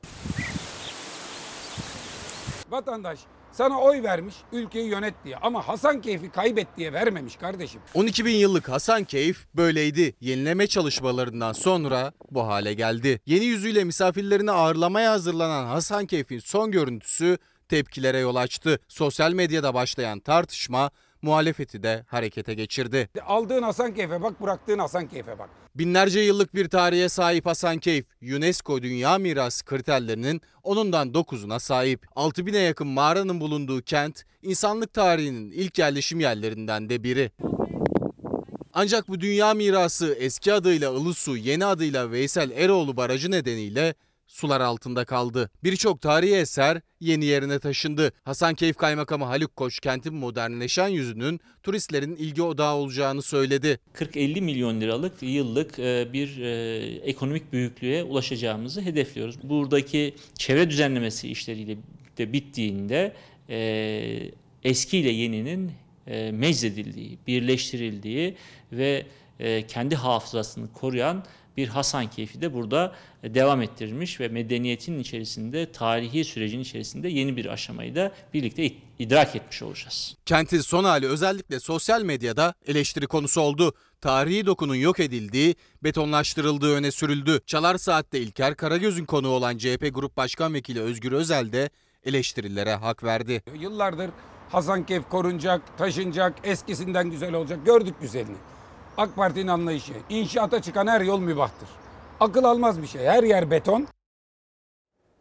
Vatandaş sana oy vermiş ülkeyi yönet diye ama Hasankeyf'i kaybet diye vermemiş kardeşim. on iki bin yıllık Hasankeyf böyleydi. Yenileme çalışmalarından sonra bu hale geldi. Yeni yüzüyle misafirlerini ağırlamaya hazırlanan Hasankeyf'in son görüntüsü tepkilere yol açtı. Sosyal medyada başlayan tartışma muhalefeti de harekete geçirdi. Aldığın Hasankeyf'e bak, bıraktığın Hasankeyf'e bak. Binlerce yıllık bir tarihe sahip Hasankeyf, UNESCO Dünya Mirası kriterlerinin onundan dokuzuna sahip. altı bine yakın mağaranın bulunduğu kent, insanlık tarihinin ilk yerleşim yerlerinden de biri. Ancak bu dünya mirası eski adıyla Ilısu, yeni adıyla Veysel Eroğlu Barajı nedeniyle sular altında kaldı. Birçok tarihi eser yeni yerine taşındı. Hasankeyf Kaymakamı Haluk Koç kentin modernleşen yüzünün turistlerin ilgi odağı olacağını söyledi. kırk elli milyon liralık yıllık bir ekonomik büyüklüğe ulaşacağımızı hedefliyoruz. Buradaki çevre düzenlemesi işleriyle de bittiğinde eski ile yeninin meczedildiği, birleştirildiği ve kendi hafızasını koruyan bir Hasankeyf'i de burada devam ettirmiş ve medeniyetin içerisinde, tarihi sürecin içerisinde yeni bir aşamayı da birlikte idrak etmiş olacağız. Kentin son hali özellikle sosyal medyada eleştiri konusu oldu. Tarihi dokunun yok edildiği, betonlaştırıldığı öne sürüldü. Çalar Saat'te İlker Karagöz'ün konuğu olan C H P Grup Başkan Vekili Özgür Özel de eleştirilere hak verdi. Yıllardır Hasankeyf korunacak, taşınacak, eskisinden güzel olacak. Gördük güzelini. AK Parti'nin anlayışı, inşaata çıkan her yol mübahtır. Akıl almaz bir şey, her yer beton.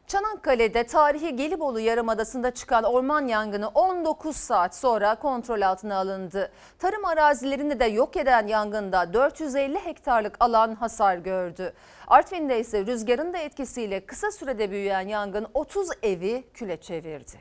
Çanakkale'de tarihi Gelibolu Yarımadası'nda çıkan orman yangını on dokuz saat sonra kontrol altına alındı. Tarım arazilerini de yok eden yangında dört yüz elli hektarlık alan hasar gördü. Artvin'de ise rüzgarın da etkisiyle kısa sürede büyüyen yangın otuz evi küle çevirdi.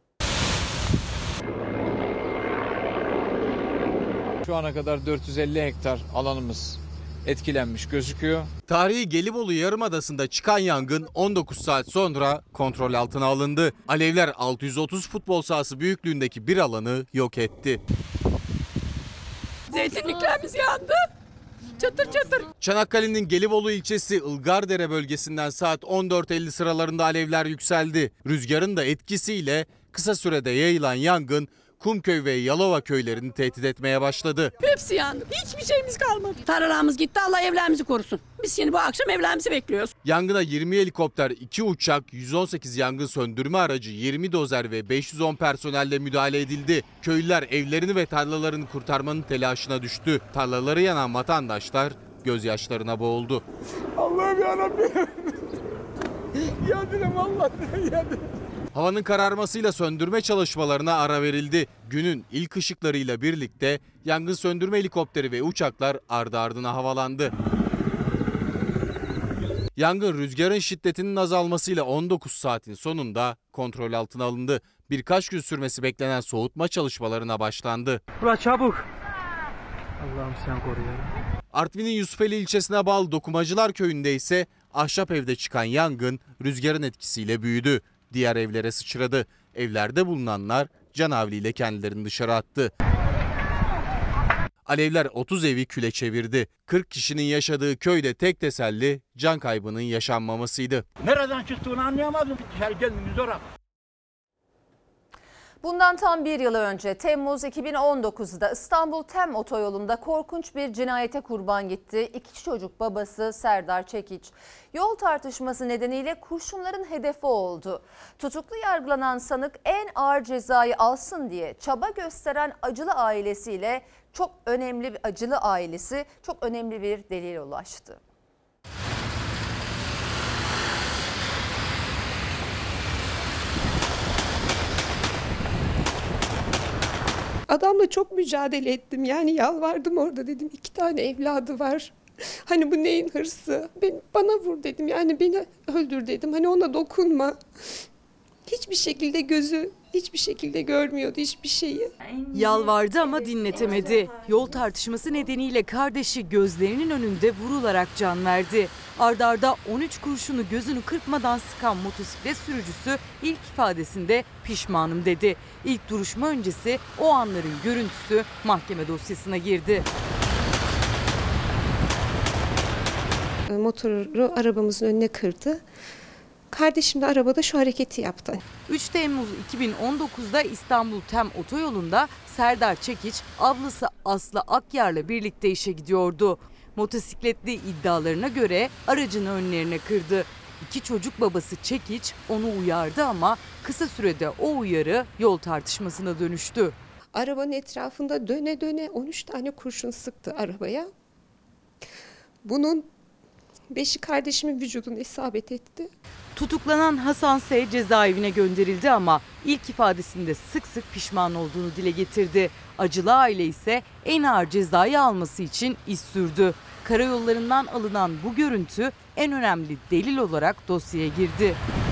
Şu ana kadar dört yüz elli hektar alanımız etkilenmiş gözüküyor. Tarihi Gelibolu Yarımadası'nda çıkan yangın on dokuz saat sonra kontrol altına alındı. Alevler altı yüz otuz futbol sahası büyüklüğündeki bir alanı yok etti. Zeytinliklerimiz yandı. Çatır çatır. Çanakkale'nin Gelibolu ilçesi Ilgardere bölgesinden saat on dört elli sıralarında alevler yükseldi. Rüzgarın da etkisiyle kısa sürede yayılan yangın Kumköy ve Yalova köylerini tehdit etmeye başladı. Hepsi yandı. Hiçbir şeyimiz kalmadı. Tarlalarımız gitti. Allah evlerimizi korusun. Biz şimdi bu akşam evlerimizi bekliyoruz. Yangına yirmi helikopter, iki uçak, yüz on sekiz yangın söndürme aracı, yirmi dozer ve beş yüz on personelle müdahale edildi. Köylüler evlerini ve tarlalarını kurtarmanın telaşına düştü. Tarlaları yanan vatandaşlar gözyaşlarına boğuldu. Allah'ım yarabbim. Yardım Allah'ım yardım. Havanın kararmasıyla söndürme çalışmalarına ara verildi. Günün ilk ışıklarıyla birlikte yangın söndürme helikopteri ve uçaklar ardı ardına havalandı. Yangın rüzgarın şiddetinin azalmasıyla on dokuz saatin sonunda kontrol altına alındı. Birkaç gün sürmesi beklenen soğutma çalışmalarına başlandı. Bura çabuk. Allah'ım sen koru ya. Artvin'in Yusufeli ilçesine bağlı Dokumacılar Köyü'nde ise ahşap evde çıkan yangın rüzgarın etkisiyle büyüdü. Diğer evlere sıçradı. Evlerde bulunanlar canavliyle kendilerini dışarı attı. Alevler otuz evi küle çevirdi. kırk kişinin yaşadığı köyde tek teselli can kaybının yaşanmamasıydı. Nereden çıktığını anlayamadım. Dışarı gelmemiz zor. Bundan tam bir yıl önce Temmuz iki bin on dokuz'da İstanbul-Tem otoyolunda korkunç bir cinayete kurban gitti. İki çocuk babası Serdar Çekiç. Yol tartışması nedeniyle kurşunların hedefi oldu. Tutuklu yargılanan sanık en ağır cezayı alsın diye çaba gösteren Acılı ailesiyle çok önemli bir Acılı ailesi çok önemli bir delile ulaştı. Adamla çok mücadele ettim, yani yalvardım orada, dedim iki tane evladı var. Hani bu neyin hırsı? Ben, bana vur dedim, yani beni öldür dedim, hani ona dokunma. Hiçbir şekilde gözü hiçbir şekilde görmüyordu hiçbir şeyi. Yalvardı ama dinletemedi. Yol tartışması nedeniyle kardeşi gözlerinin önünde vurularak can verdi. Arda arda on üç kurşunu gözünü kırpmadan sıkan motosiklet sürücüsü ilk ifadesinde pişmanım dedi. İlk duruşma öncesi o anların görüntüsü mahkeme dosyasına girdi. Motoru arabamızın önüne kırdı. Kardeşim de arabada şu hareketi yaptı. üç Temmuz iki bin on dokuz'da İstanbul-Tem otoyolunda Serdar Çekiç ablası Aslı Akyar'la birlikte işe gidiyordu. Motosikletli iddialarına göre aracını önlerine kırdı. İki çocuk babası Çekiç onu uyardı ama kısa sürede o uyarı yol tartışmasına dönüştü. Arabanın etrafında döne döne on üç tane kurşun sıktı arabaya. Bunun beşi kardeşimin vücuduna isabet etti. Tutuklanan Hasan S. cezaevine gönderildi ama ilk ifadesinde sık sık pişman olduğunu dile getirdi. Acılı aile ise en ağır cezayı alması için iz sürdü. Karayollarından alınan bu görüntü en önemli delil olarak dosyaya girdi.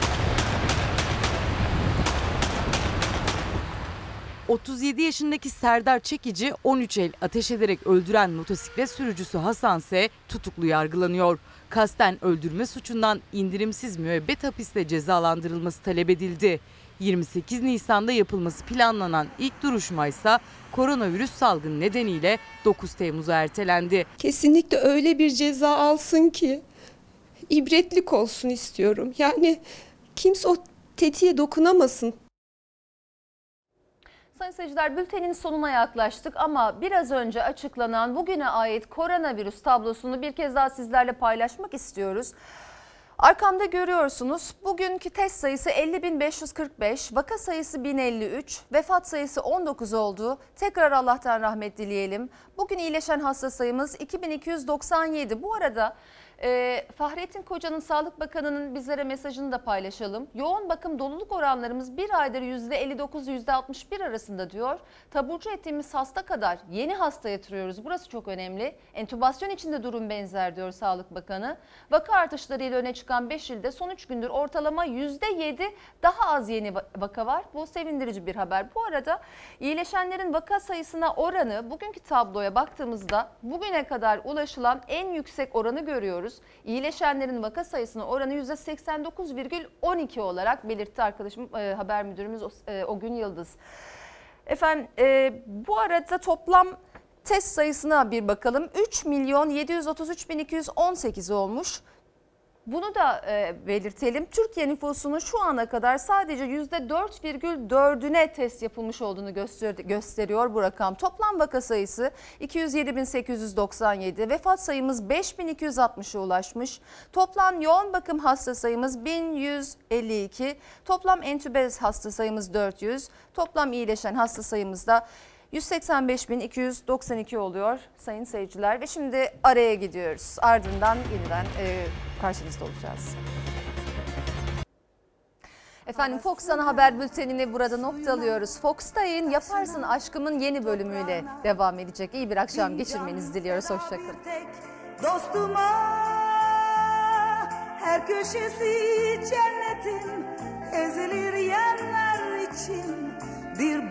otuz yedi yaşındaki Serdar Çekici on üç el ateş ederek öldüren motosiklet sürücüsü Hasan S. tutuklu yargılanıyor. Kasten öldürme suçundan indirimsiz müebbet hapisle cezalandırılması talep edildi. yirmi sekiz Nisan'da yapılması planlanan ilk duruşma ise koronavirüs salgını nedeniyle dokuz Temmuz'a ertelendi. Kesinlikle öyle bir ceza alsın ki ibretlik olsun istiyorum. Yani kimse o tetiğe dokunamasın. Sayın seyirciler, bültenin sonuna yaklaştık ama biraz önce açıklanan bugüne ait koronavirüs tablosunu bir kez daha sizlerle paylaşmak istiyoruz. Arkamda görüyorsunuz, bugünkü test sayısı elli bin beş yüz kırk beş, vaka sayısı bin elli üç, vefat sayısı on dokuz oldu. Tekrar Allah'tan rahmet dileyelim. Bugün iyileşen hasta sayımız iki bin iki yüz doksan yedi. Bu arada Ee, Fahrettin Koca'nın, Sağlık Bakanı'nın bizlere mesajını da paylaşalım. Yoğun bakım doluluk oranlarımız bir aydır yüzde elli dokuz yüzde altmış bir arasında diyor. Taburcu ettiğimiz hasta kadar yeni hasta yatırıyoruz. Burası çok önemli. Entübasyon içinde durum benzer diyor Sağlık Bakanı. Vaka artışlarıyla öne çıkan beş ilde son üç gündür ortalama yüzde yedi daha az yeni vaka var. Bu sevindirici bir haber. Bu arada iyileşenlerin vaka sayısına oranı, bugünkü tabloya baktığımızda bugüne kadar ulaşılan en yüksek oranı görüyoruz. İyileşenlerin vaka sayısına oranı yüzde seksen dokuz virgül on iki olarak belirtti arkadaşım, e, haber müdürümüz e, Ogün Yıldız. Efendim e, bu arada toplam test sayısına bir bakalım. üç milyon yedi yüz otuz üç bin iki yüz on sekiz olmuş. Bunu da e, belirtelim. Türkiye nüfusunun şu ana kadar sadece yüzde dört virgül dördüne test yapılmış olduğunu göster gösteriyor bu rakam. Toplam vaka sayısı iki yüz yedi bin sekiz yüz doksan yedi, vefat sayımız beş bin iki yüz altmışa ulaşmış. Toplam yoğun bakım hasta sayımız bin yüz elli iki, toplam entübe hasta sayımız dört yüz, toplam iyileşen hasta sayımız da yüz seksen beş bin iki yüz doksan iki oluyor sayın seyirciler. Ve şimdi araya gidiyoruz. Ardından yeniden e, karşınızda olacağız. Efendim Fox Ana Haber Bülteni'ni burada noktalıyoruz. Fox'tayın Yaparsın Aşkım'ın yeni bölümüyle devam edecek. İyi bir akşam geçirmenizi diliyoruz. Hoşçakalın. Dostuma her köşesi cennetin ezilir yanlar için bir